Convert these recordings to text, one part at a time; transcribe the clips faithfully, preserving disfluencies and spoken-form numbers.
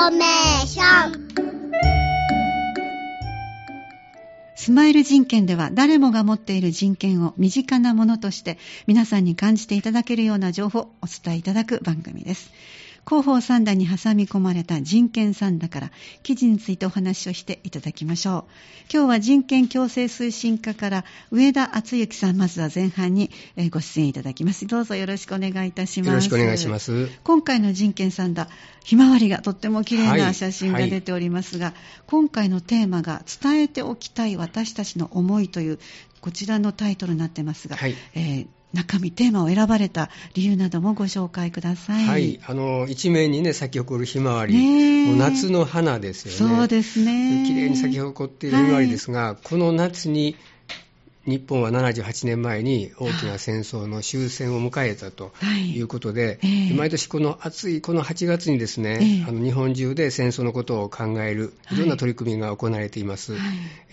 ーメーション。 スマイル人権では誰もが持っている人権を身近なものとして皆さんに感じていただけるような情報をお伝えいただく番組です。広報三田に挟み込まれた人権三田から記事についてお話をしていただきましょう。今日は人権共生推進課から上田敦之さん、まずは前半にご出演いただきます。どうぞよろしくお願いいたします。 よろしくお願いします。 今回の人権三田、ひまわりがとっても綺麗な写真が出ておりますが、はいはい、今回のテーマが伝えておきたい私たちの思いというこちらのタイトルになってますが、はい、えー中身、テーマを選ばれた理由などもご紹介ください。 はい、あの一面にね咲き誇るひまわり、もう夏の花ですよね。 そうですね。 綺麗に咲き誇っているひまわりですが、はい、この夏に日本はななじゅうはちねんまえに大きな戦争の終戦を迎えたということで、はいえー、毎年この暑いこのはちがつにですね、えー、あの日本中で戦争のことを考えるいろんな取り組みが行われています、はい、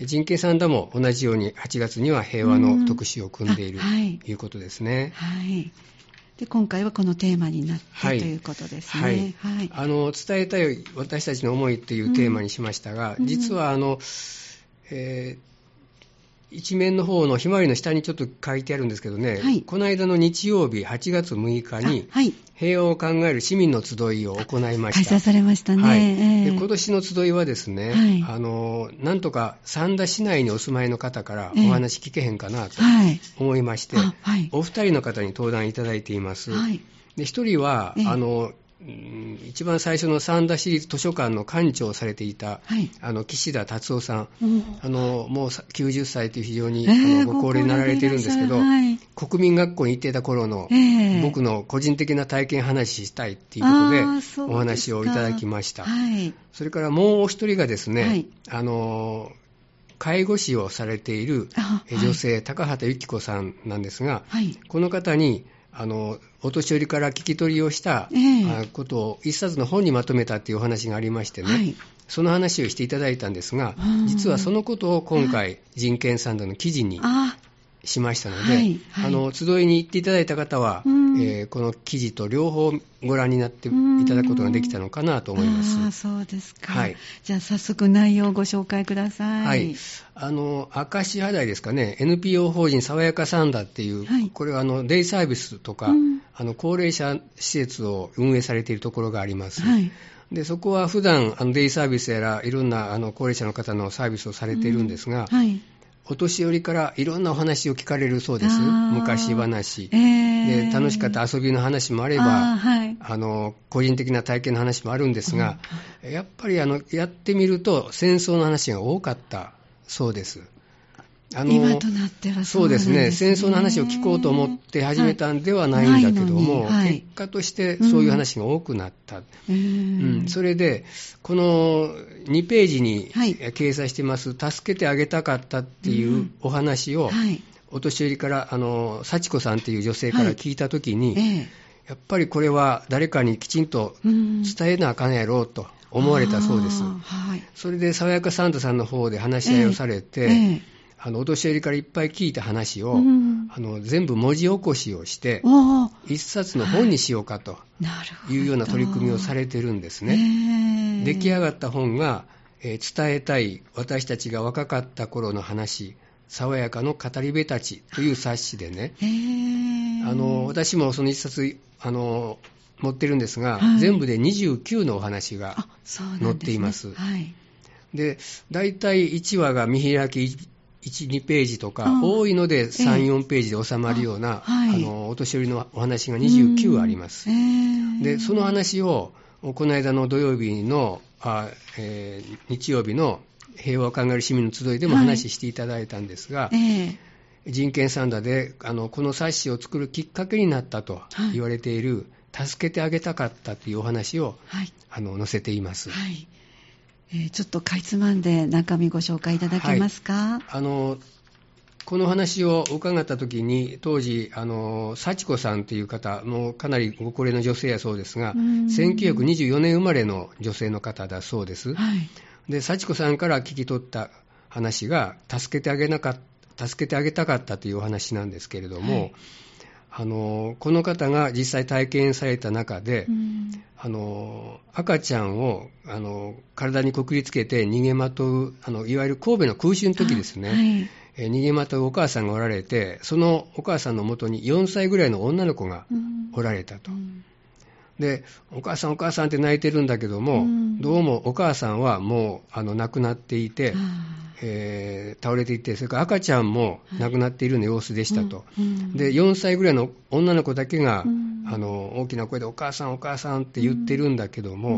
人権三田も同じようにはちがつには平和の特集を組んでいるということですね。 はい、で今回はこのテーマになって、はい、ということですね。はいはい、あの伝えたい私たちの思いというテーマにしましたが、うん、実はあの、えー一面の方のひまわりの下にちょっと書いてあるんですけどね、はい、この間の日曜日はちがつむいかに平和を考える市民の集いを行いました。 開催されましたね。はいえー、 で今年の集いはですね、はい、あのなんとか三田市内にお住まいの方からお話聞けへんかなと思いまして、えーはい、お二人の方に登壇いただいています。はい、で一人は、えー、あの一番最初の三田市立図書館の館長をされていた、はい、あの岸田達夫さん、うん、あのもうきゅうじゅっさいという非常に、えー、あのご高齢になられているんですけど、はい、国民学校に行っていた頃の、えー、僕の個人的な体験話したいということでお話をいただきました。はい、それからもうお一人がですね、はい、あの介護士をされている女性、はい、高畑由紀子さんなんですが、はい、この方にあのお年寄りから聞き取りをした、えー、ことを一冊の本にまとめたというお話がありましてね、はい、その話をしていただいたんですが、実はそのことを今回人権三田の記事にしましたので、はいはい、あの集いに行っていただいた方は、えー、この記事と両方ご覧になっていただくことができたのかなと思います。 あ、そうですか、はい、じゃあ早速内容をご紹介ください。 はい、あの明石波台ですかね、 エヌピーオー 法人さわやか三田っていう、はい、これはあのデイサービスとか、うん、あの高齢者施設を運営されているところがあります。はい、でそこは普段あのデイサービスやらいろんなあの高齢者の方のサービスをされているんですが、うんはい、お年寄りからいろんなお話を聞かれるそうです。昔話、えー、で楽しかった遊びの話もあれば、あ、はい、あの個人的な体験の話もあるんですが、うん、やっぱりあのやってみると戦争の話が多かったそうです。 あの今となってはそうなんですね。 そうですね、戦争の話を聞こうと思って始めたんではないんだけども、はい、結果としてそういう話が多くなった、うんうん、それでこのにページに掲載してます、はい、助けてあげたかったっていうお話を、うんはい、お年寄りからあの幸子さんという女性から聞いたときに、はいえー、やっぱりこれは誰かにきちんと伝えなあかんやろうと思われたそうです。はい、それでさわやかサンタさんの方で話し合いをされて、えーえーあのお年寄りからいっぱい聞いた話を、うん、あの全部文字起こしをして一冊の本にしようかというような取り組みをされてるんですね。出来上がった本が、えー、伝えたい私たちが若かった頃の話、爽やかの語り部たちという冊子でね、あの私もその一冊あの持ってるんですが、はい、全部でにじゅうきゅうのお話が載っています。で、だいたいいちわが見開きいち、にページとか、多いのでさん、よんページで収まるような、あ、はい、あのお年寄りのお話がにじゅうきゅうあります。えー、でその話をこの間の土曜日のあ、えー、日曜日の平和を考える市民の集いでも話していただいたんですが、はいえー、人権三田であのこの冊子を作るきっかけになったと言われている、はい、助けてあげたかったというお話を、はい、あの載せています。はい、 えー、ちょっとかいつまんで中身ご紹介いただけますか。 はい、あのこの話を伺ったときに当時あの幸子さんという方、もうかなりご高齢の女性やそうですが、せんきゅうひゃくにじゅうよねん生まれの女性の方だそうです。はい、で幸子さんから聞き取った話が助けてあげなかった助けてあげたかったというお話なんですけれども、はい、 あのこの方が実際体験された中で、 うん、 あの赤ちゃんをあの体にくくりつけて逃げまとう、あのいわゆる神戸の空襲の時ですね、はい、え逃げまとうお母さんがおられて、そのお母さんのもとによんさいぐらいの女の子がおられたと、うん、でお母さんお母さんって泣いてるんだけども、うん、どうもお母さんはもうあの亡くなっていて、えー、倒れていて、それから赤ちゃんも亡くなっているような様子でしたと、はいうん、でよんさいぐらいの女の子だけが、うん、あの大きな声でお母さんお母さんって言ってるんだけども、うん、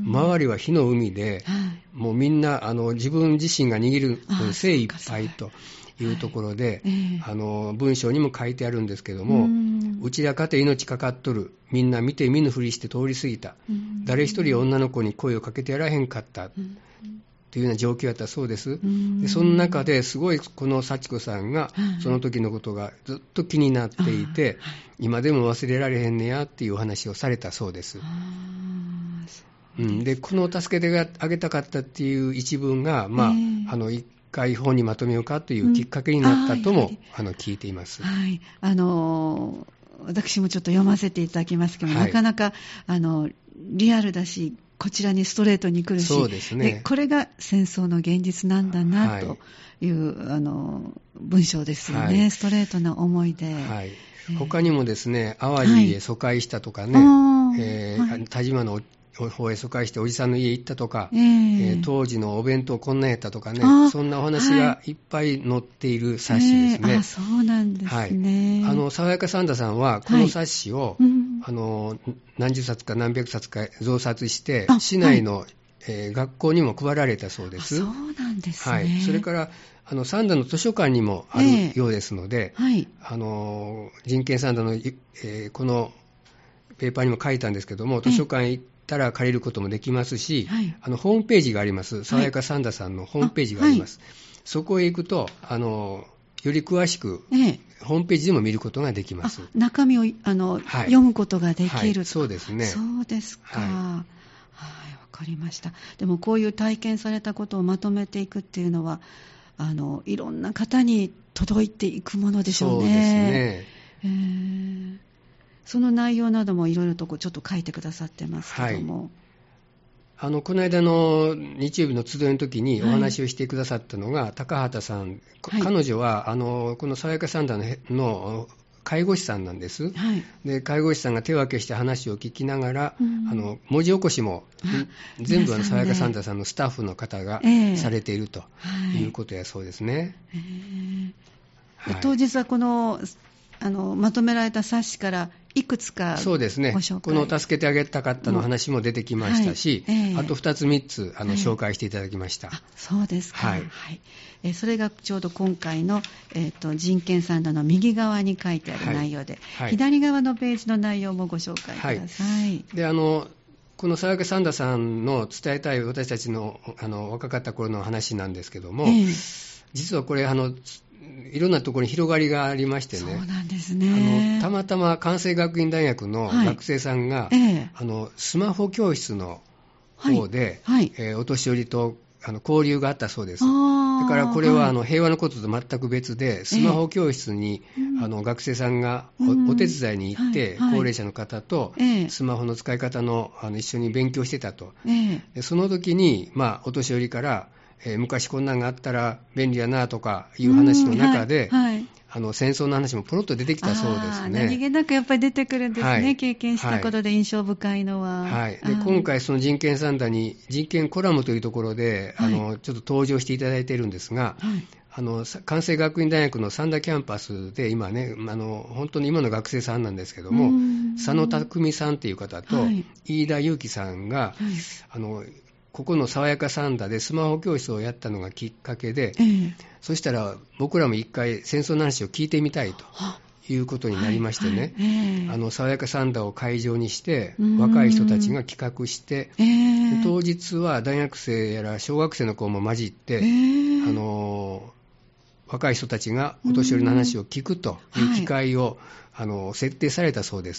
周りは火の海で、はい、もうみんなあの自分自身が握る精一杯というところで、はいえー、あの文章にも書いてあるんですけども、うん、うちらかて命かかっとる、みんな見て見ぬふりして通り過ぎた、うん、誰一人女の子に声をかけてやらへんかった、うんというような状況だったそうです。でその中ですごいこの幸子さんがその時のことがずっと気になっていて、はい、今でも忘れられへんねやっていうお話をされたそうです。うん、でこの助けてあげたかったっていう一文が、まあ、えー、あの一回本にまとめようかというきっかけになったとも、うん、あの聞いています。 はい、あの私もちょっと読ませていただきますけど、はい、なかなかあのリアルだしこちらにストレートに来るし、 そうですね、 でこれが戦争の現実なんだなという、はい、あの文章ですよね、はい、ストレートな思いで、 はいえー、他にもですね、淡路で疎開したとかね、はいえーはい、田島の方へ疎開しておじさんの家行ったとか、えーえー、当時のお弁当こんなんやったとかね、そんなお話がいっぱい載っている冊子ですね。 えー、あそうなんですね、 はい、あの爽やかサンタさんはこの冊子を、はいうん、あの何十冊か何百冊か増刷して市内の、はいえー、学校にも配られたそうです。 そうなんですね、はい、 それからあの三田の図書館にもあるようですので、 えーはい、 あの人権三田の、えー、このペーパーにも書いたんですけども、図書館行ったら借りることもできますし、はい、あのホームページがあります。爽やかサンダさんのホームページがあります、はい、そこへ行くとあのより詳しく、ええ、ホームページでも見ることができます。 中身をあの、はい、読むことができる、はい、 そうですね。 そうですか、はい、はい、わかりました。でもこういう体験されたことをまとめていくっていうのはあのいろんな方に届いていくものでしょうね。 そうですね、 えーその内容などもいろいろとこうちょっと書いてくださってますけども、はい、 あのこの間の日曜日の集いの時にお話をしてくださったのが、はい、高畑さん、はい、彼女はあのこの爽やかサンダのの介護士さんなんです、はい、で介護士さんが手分けして話を聞きながら、うん、あの文字起こしも全部あの爽やかサンダさんのスタッフの方がされているということやそうですね、 えーはい、当日はこのあのまとめられた冊子からいくつかご紹介。 そうですね、この助けてあげたかったの話も出てきましたし、はいえー、あとふたつみっつあの、はい、紹介していただきました。 あそうですか、 はいはいえー、それがちょうど今回の、えー、と人権サンダの右側に書いてある内容で、はいはい、左側のページの内容もご紹介ください、はい、 であのこの爽やかサンダさんの伝えたい私たち の, あの若かった頃の話なんですけども、えー、実はこれあのいろんなところに広がりがありましてね、 そうなんですね、 あのたまたま関西学院大学の学生さんが、はいええ、あのスマホ教室の方で、はいはいえー、お年寄りとあの交流があったそうです。だからこれはあの平和のことと全く別で、スマホ教室に、ええ、あの学生さんが お,、うん、お手伝いに行って、はいはい、高齢者の方とスマホの使い方 の, あの一緒に勉強してたと、ええ、でその時に、まあ、お年寄りからえー、昔こんなんがあったら便利やなとかいう話の中で、はいはい、あの戦争の話もポロッと出てきたそうですね。 何気なくやっぱり出てくるんですね、はい、経験したことで印象深いのは、 はい、で今回その人権サンダに人権コラムというところで、はい、あのちょっと登場していただいているんですが、はい、あの関西学院大学のサンダキャンパスで今ね、あの本当に今の学生さんなんですけども、佐野匠さんという方と、はい、飯田祐樹さんが、はい、あのここの爽やかサンダでスマホ教室をやったのがきっかけで、えー、そしたら僕らも一回戦争の話を聞いてみたいということになりましてね、はいはいえー、あの爽やかサンダを会場にして若い人たちが企画して、えー、当日は大学生やら小学生の子も混じって、えー、あの若い人たちがお年寄りの話を聞くという機会を、はい、あの設定されたそうです。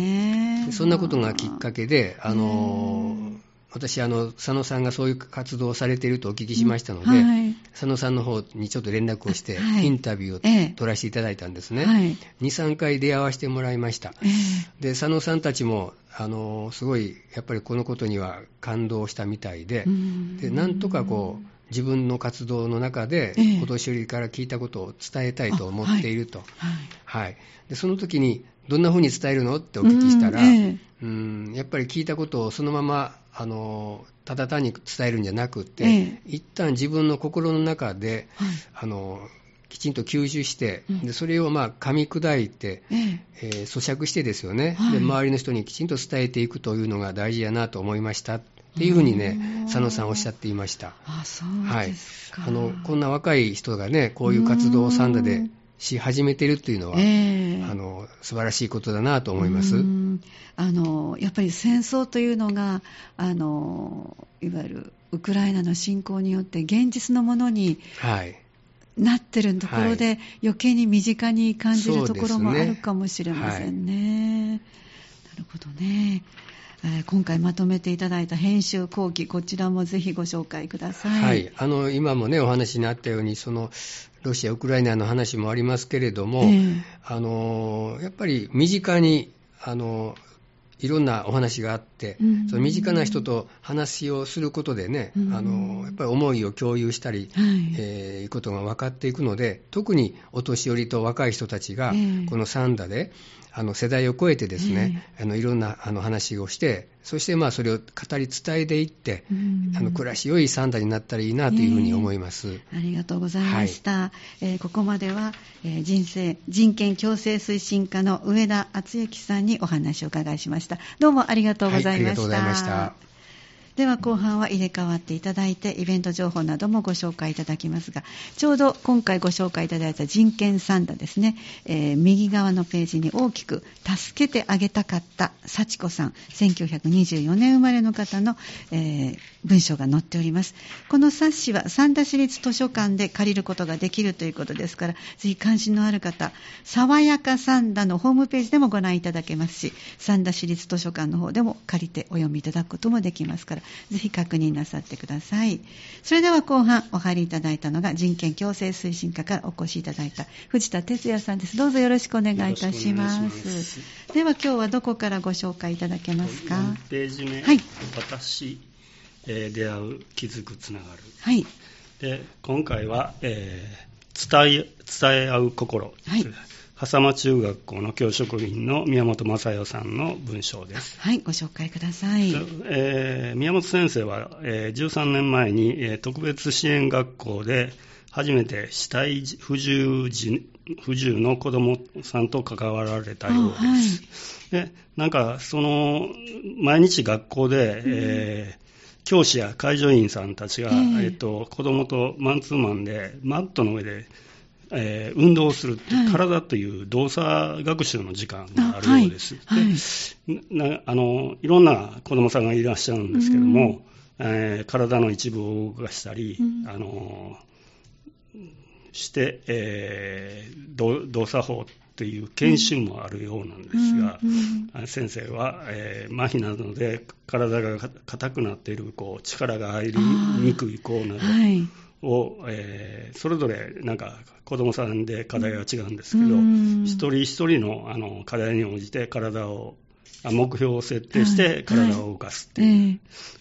そうなんですね。 そんなことがきっかけで、あの私あの佐野さんがそういう活動をされているとお聞きしましたので、うんはい、佐野さんの方にちょっと連絡をして、はい、インタビューを取らせていただいたんですね、はい、にさんかい出会わせてもらいました、えー、で佐野さんたちもあのすごいやっぱりこのことには感動したみたい で, でなんとかこう自分の活動の中で、えー、お年寄りから聞いたことを伝えたいと思っていると、はいはい、でその時にどんな風に伝えるのってお聞きしたら、うん、えー、うんやっぱり聞いたことをそのままあのただ単に伝えるんじゃなくて、えー、一旦自分の心の中で、はい、あのきちんと吸収して、うん、でそれをまあ噛み砕いて、えーえー、咀嚼してですよね、はい、で周りの人にきちんと伝えていくというのが大事やなと思いましたっていうふうにね佐野さんおっしゃっていました。 あ、そうですか、 はい、あのこんな若い人がねこういう活動をサンダでし始めているというのは、えー、あの素晴らしいことだなと思います。 あのやっぱり戦争というのがあのいわゆるウクライナの侵攻によって現実のものに、はいなってるところで、はい、余計に身近に感じるところもあるかもしれませんね。はい、なるほどね、えー。今回まとめていただいた編集後記、こちらもぜひご紹介ください。 はい、あの今もねお話にあったようにそのロシア、ウクライナの話もありますけれども、えー、あのやっぱり身近にあのいろんなお話があって、うん、その身近な人と話をすることでね、うん、あのやっぱり思いを共有したり、はいえー、いうことが分かっていくので、特にお年寄りと若い人たちが、えー、このサンダであの世代を超えてですね、えー、あのいろんなあの話をして、そしてまあそれを語り伝えていって、うん、あの暮らし良いサンダになったらいいなというふうに思います。えー、ありがとうございました。はいえー、ここまでは、えー、人生人権共生推進課の上田敦之さんにお話を伺いしました。どうもありがとうございました。はい、ありがとうございました。では後半は入れ替わっていただいてイベント情報などもご紹介いただきますが、ちょうど今回ご紹介いただいた人権サンダですね、えー、右側のページに大きく助けてあげたかった幸子さん、せんきゅうひゃくにじゅうよねん生まれの方の、えー、文章が載っております。この冊子は三田市立図書館で借りることができるということですから、ぜひ関心のある方、爽やかサンダのホームページでもご覧いただけますし、三田市立図書館の方でも借りてお読みいただくこともできますから、ぜひ確認なさってください。それでは後半お入りいただいたのが人権共生推進課からお越しいただいた藤田哲也さんです。どうぞよろしくお願いいたします。ますでは今日はどこからご紹介いただけますか。 よんページ目、はい、私、えー、出会う気づくつながる、はい、で今回は、えー、伝え、伝え合う心、はい、笠間中学校の教職員の宮本正代さんの文章です。 はい、ご紹介ください。 えー、宮本先生は、えー、じゅうさんねんまえに、えー、特別支援学校で初めて肢体不自由児不自由の子どもさんと関わられたようです。はい、でなんかその毎日学校で、うんえー教師や介助員さんたちが、えーえー、と子どもとマンツーマンでマットの上でえー、運動をするって、はい、体という動作学習の時間があるようです。あ、はいはい、でなあのいろんな子どもさんがいらっしゃるんですけども、えー、体の一部を動かしたり、あのして、えー、動作法という研修もあるようなんですが、うんうん、先生は、えー、麻痺などで体が硬くなっている子、力が入りにくい子などを、えー、それぞれなんか子どもさんで課題が違うんですけど、うん、一人一人 の, あの課題に応じて体を目標を設定して体を動かすっていう、はいはい、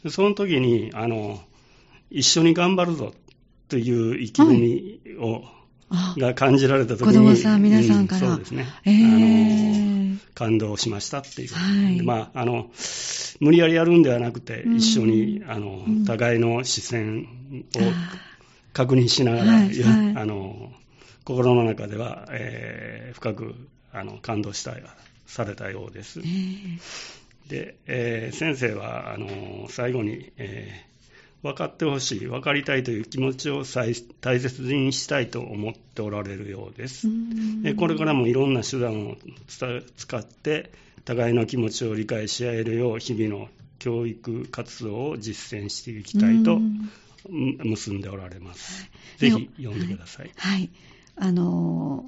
その時にあの一緒に頑張るぞという意気込みを、はい、が感じられた時に子どもさん皆さんから、 うん、そうですね、えー、あの感動しましたっていう、はいまあ、あの無理やりやるんではなくて、うん、一緒にあの、うん、互いの視線を確認しながら、はいはい、あの心の中では、えー、深くあの感動したされたようです。えー、で、えー、先生はあの最後に、えー、分かってほしい、分かりたいという気持ちを大切にしたいと思っておられるようです。でこれからもいろんな手段を使って互いの気持ちを理解し合えるよう日々の教育活動を実践していきたいと結んでおられます。ぜひ読んでください。 はい、はい、あの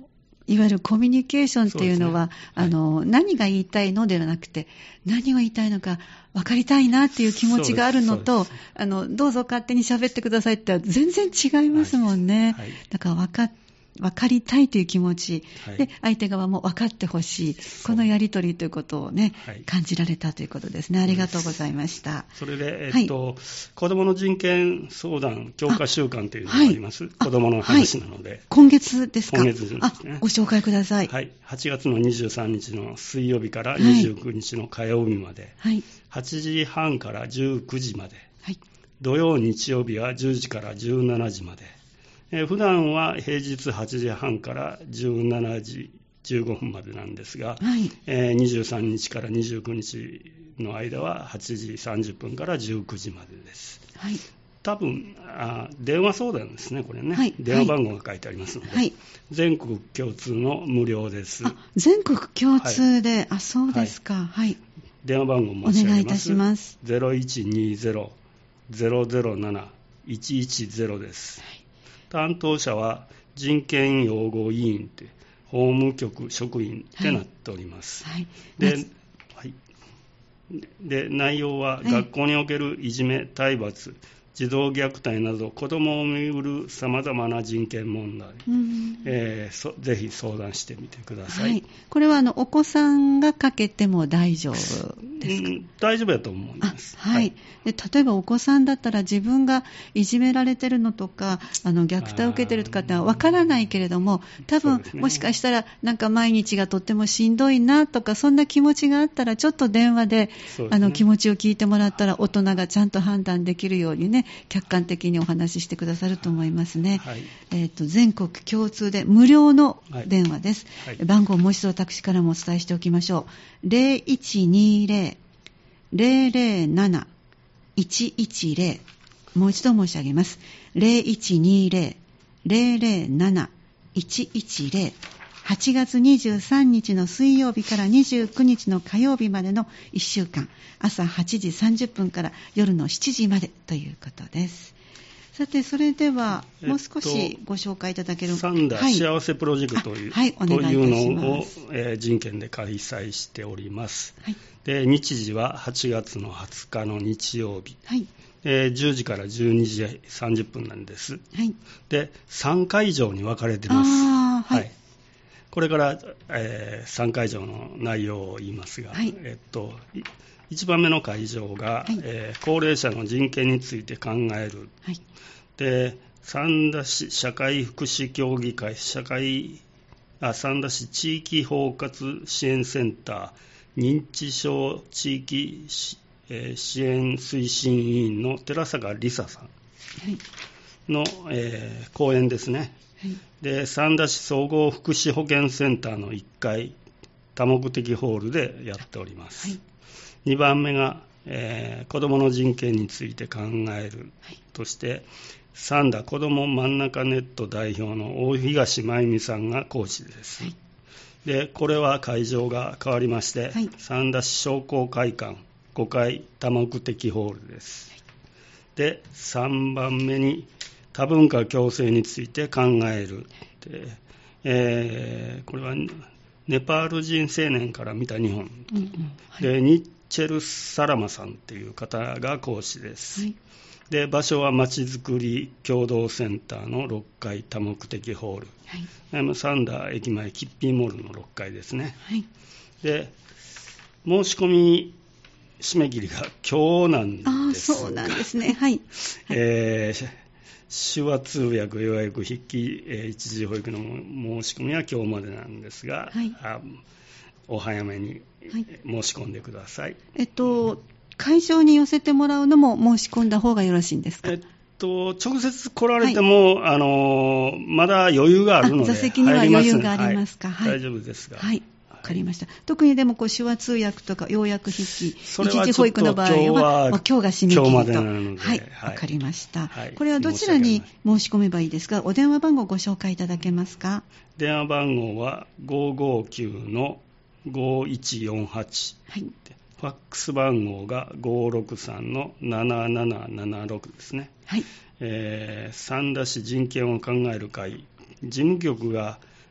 いわゆるコミュニケーションっていうのは、ね、はい、あの何が言いたいのではなくて、何を言いたいのか分かりたいなっていう気持ちがあるのと、あのどうぞ勝手に喋ってくださいって全然違いますもんね、はいはい、だから分かっ分かりたいという気持ち、はい、で相手側も分かってほしい、このやり取りということをね、はい、感じられたということですね。ありがとうございました。 それで、えっとはい、子どもの人権相談強化週間というのがあります。子どもの話なので、はい、 今月ですか。 今月ですね。あ、 ご紹介ください。 はい、はちがつのにじゅうさんにちの水曜日からにじゅうくにちの火曜日まで、はい、はちじはんからじゅうくじまで、はい、土曜日曜日はじゅうじからじゅうしちじまで、えー、普段は平日はちじはんからじゅうしちじじゅうごふんまでなんですが、はい、えー、にじゅうさんにちからにじゅうくにちの間ははちじさんじゅっぷんからじゅうくじまでです。はい、多分あ電話相談ですね、これね、はい、電話番号が書いてありますので、はい、全国共通の無料です。 あ、全国共通で、はい、あ、そうですか、はい、 電話番号申し上げます。 お願いいたします。 ゼロいちにゼロ ゼロゼロなないちいちゼロです。はい、担当者は人権擁護委員という法務局職員となっております。はいはい、で、はい、で内容は学校におけるいじめ、体罰、児童虐待など子どもをめぐるさまざまな人権問題、うん、えー、ぜひ相談してみてください。はい、 これはあのお子さんがかけても大丈夫ですか。うん、 大丈夫だと思います。 はいはい、で例えばお子さんだったら自分がいじめられてるのとかあの虐待を受けてるとかってわからないけれども、多分、ね、もしかしたらなんか毎日がとってもしんどいなとかそんな気持ちがあったらちょっと電話 で, で、ね、あの気持ちを聞いてもらったら大人がちゃんと判断できるようにね、客観的にお話ししてくださると思いますね。はい、えーと、全国共通で無料の電話です。はいはい、番号をもう一度私からもお伝えしておきましょう。ゼロいちにゼロ ゼロゼロなないちいちゼロ、もう一度申し上げます。ゼロいちにゼロ ゼロゼロなないちいちゼロ、はちがつにじゅうさんにちの水曜日からにじゅうくにちの火曜日までのいっしゅうかん、朝はちじさんじゅっぷんから夜のしちじまでということです。さて、それではもう少しご紹介いただける、 サンダー幸せプロジェクトという、はい、というのを、えー、人権で開催しております。はい、で日時ははちがつのはつかの日曜日、はい、えー、じゅうじからじゅうにじさんじゅっぷんなんです。はい、でさんかいじょうに分かれてます。あ、はいはい、これから、えー、さんかいじょうの内容を言いますが、はい、えっと、いちばんめの会場が、はい、えー、高齢者の人権について考える、はい、で三田市社会福祉協議会社会あ三田市地域包括支援センター認知症地域、えー、支援推進委員の寺坂梨沙さんの、はい、えー、講演ですね。はい、で三田市総合福祉保健センターのいっかい多目的ホールでやっております。はい、にばんめが、えー、子どもの人権について考えるとして、はい、三田子ども真ん中ネット代表の大東真由美さんが講師です。はい、でこれは会場が変わりまして、はい、三田市商工会館ごかい多目的ホールです。はい、でさんばんめに多文化共生について考えるで、えー、これはネパール人青年から見た日本、うんうん、はい、でニッチェル・サラマさんという方が講師です。はい、で場所はまちづくり共同センターのろっかい多目的ホール、はい、サンダー駅前キッピーモールのろっかいですね。はい、で申し込み締め切りが今日なんですが、 あ、そうなんですね。はい、 えー手話通訳、予約、筆記、えー、一時保育の申し込みは今日までなんですが、はい、あお早めに申し込んでください。 えっと、会場に寄せてもらうのも申し込んだ方がよろしいんですか。 えっと、直接来られても、はい、あのまだ余裕があるので、 座席には余裕がありますか。 はいはい、大丈夫ですが。 はい、わかりました。特にでもこう手話通訳とか要約筆記、一時保育の場合は、は今日が締め切りと。 今日までなので。 はい、わかりました。はい、これはどちらに申し込めばいいですか。お電話番号をご紹介いただけますか。 電話番号は ごーごーきゅうのごいちよんはち。はい。ファックス番号がごーろくさんのななななななろくですね。はい。えー、三田市人権を考える会、事務局が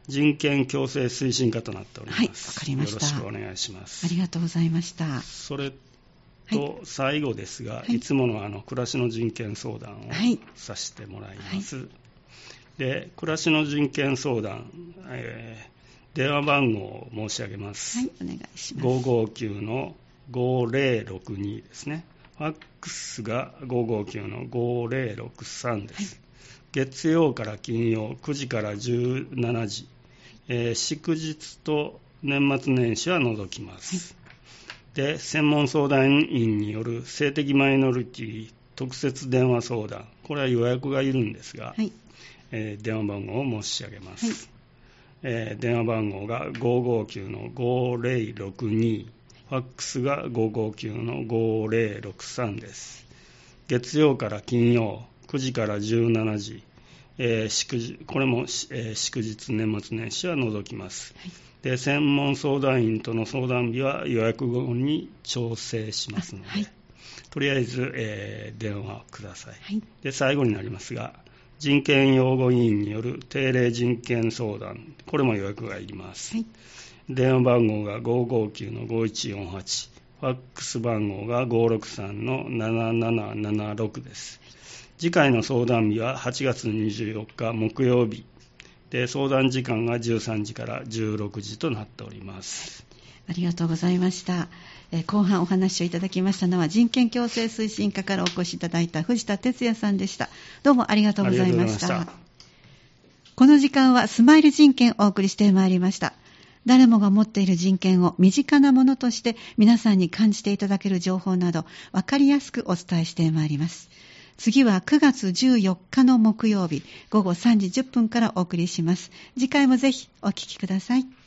人権共生推進課となっております。 はい、わかりました。 よろしくお願いします。 ありがとうございました。 それと最後ですが、はい、いつものあの暮らしの人権相談をさせてもらいます。はいはい、で、暮らしの人権相談、えー、電話番号を申し上げます。 はい、お願いします。 ごーごーきゅうのごーぜろろくにですね。ファックスがごーごーきゅうのごーぜろろくさんです。はい、月曜から金曜くじからじゅうしちじ、えー、祝日と年末年始は除きます。はい、で、専門相談員による性的マイノリティ特設電話相談、これは予約がいるんですが、はい、えー、電話番号を申し上げます。はい、えー、電話番号がごーごーきゅうのごーぜろろくに、ファックスがごーごーきゅうのごーぜろろくさんです。月曜から金曜くじからじゅうしちじ、えー、祝日これも、えー、祝日年末年始は除きます。はい、で、専門相談員との相談日は予約後に調整しますので、はい、とりあえず、えー、電話ください。はい、で、最後になりますが、人権擁護委員による定例人権相談、これも予約がいります。はい、電話番号がごーごーきゅうのごーいちよんはち、ファックス番号がごーろくさんのななななななろくです。次回の相談日ははちがつにじゅうよっか木曜日で、相談時間がじゅうさんじからじゅうろくじとなっております。 ありがとうございました。えー、後半お話をいただきましたのは人権共生推進課からお越しいただいた藤田哲也さんでした。どうもありがとうございました。ありがとうございました。この時間はスマイル人権をお送りしてまいりました。誰もが持っている人権を身近なものとして皆さんに感じていただける情報など分かりやすくお伝えしてまいります。次はくがつじゅうよっかの木曜日午後さんじじゅっぷんからお送りします。次回もぜひお聞きください。